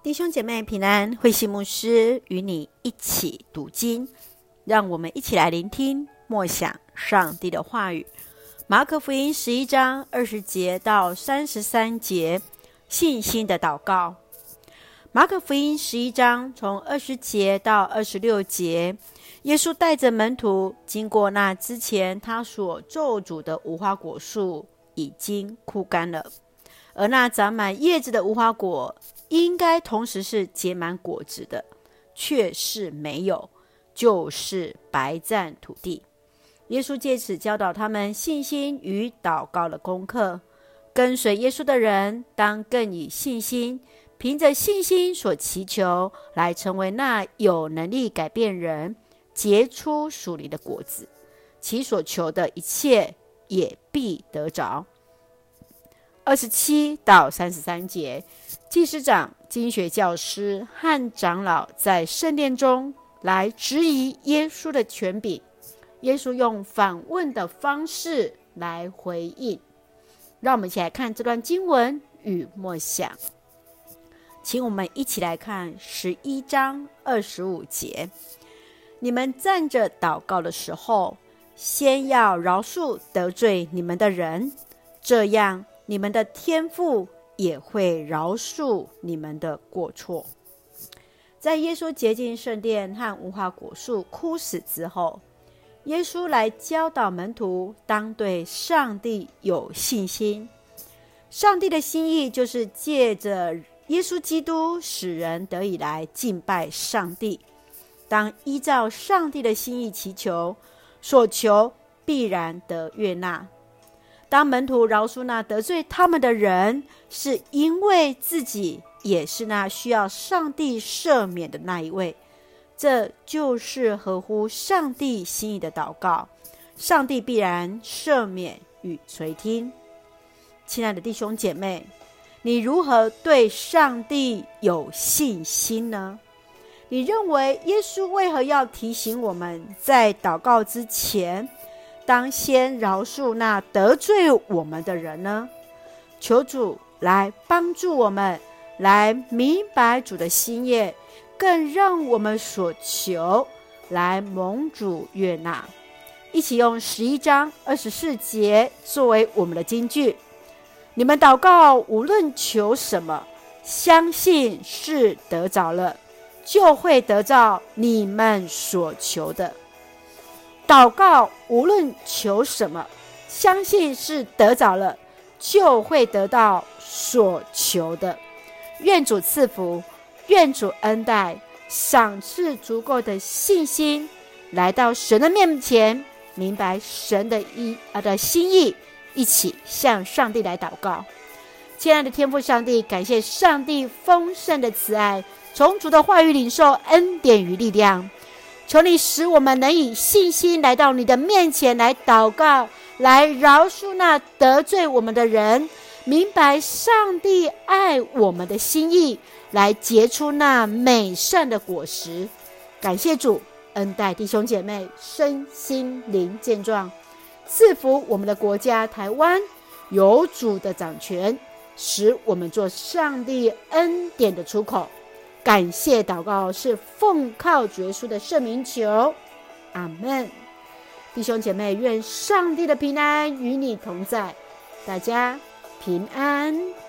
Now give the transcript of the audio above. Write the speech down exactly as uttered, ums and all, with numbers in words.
弟兄姐妹平安，慧馨牧师与你一起读经，让我们一起来聆听默想上帝的话语。马可福音十一章二十节到三十三节，信心的祷告。马可福音十一章从二十节到二十六节，耶稣带着门徒经过那之前他所咒诅的无花果树已经枯干了，而那长满叶子的无花果应该同时是结满果子的，却是没有，就是白占土地。耶稣借此教导他们信心与祷告的功课。跟随耶稣的人当更以信心，凭着信心所祈求，来成为那有能力改变人、结出属灵的果子，其所求的一切也必得着。二十七到三十三节，祭司长、经学教师和长老在圣殿中来质疑耶稣的权柄，耶稣用反问的方式来回应。让我们一起来看这段经文与默想。请我们一起来看十一章二十五节，你们站着祷告的时候，先要饶恕得罪你们的人，这样你们的天父也会饶恕你们的过错。在耶稣洁净圣殿和无花果树枯死之后，耶稣来教导门徒当对上帝有信心。上帝的心意就是借着耶稣基督使人得以来敬拜上帝。当依照上帝的心意祈求，所求必然得悦纳。当门徒饶恕那得罪他们的人，是因为自己也是那需要上帝赦免的那一位，这就是合乎上帝心意的祷告，上帝必然赦免与垂听。亲爱的弟兄姐妹，你如何对上帝有信心呢？你认为耶稣为何要提醒我们在祷告之前当先饶恕那得罪我们的人呢？求主来帮助我们来明白主的心意，更让我们所求来蒙主悦纳。一起用十一章二十四节作为我们的金句。你们祷告无论求什么，相信是得着了，就会得着你们所求的。祷告无论求什么，相信是得着了，就会得到所求的。愿主赐福，愿主恩待，赏赐足够的信心，来到神的面前，明白神的意啊的心意，一起向上帝来祷告。亲爱的天父上帝，感谢上帝丰盛的慈爱，从主的话语领受恩典与力量。求你使我们能以信心来到你的面前来祷告，来饶恕那得罪我们的人，明白上帝爱我们的心意，来结出那美善的果实。感谢主恩待弟兄姐妹身心灵健壮，赐福我们的国家台湾有主的掌权，使我们做上帝恩典的出口。感谢祷告是奉靠主耶稣的圣名求，阿们。弟兄姐妹，愿上帝的平安与你同在，大家平安。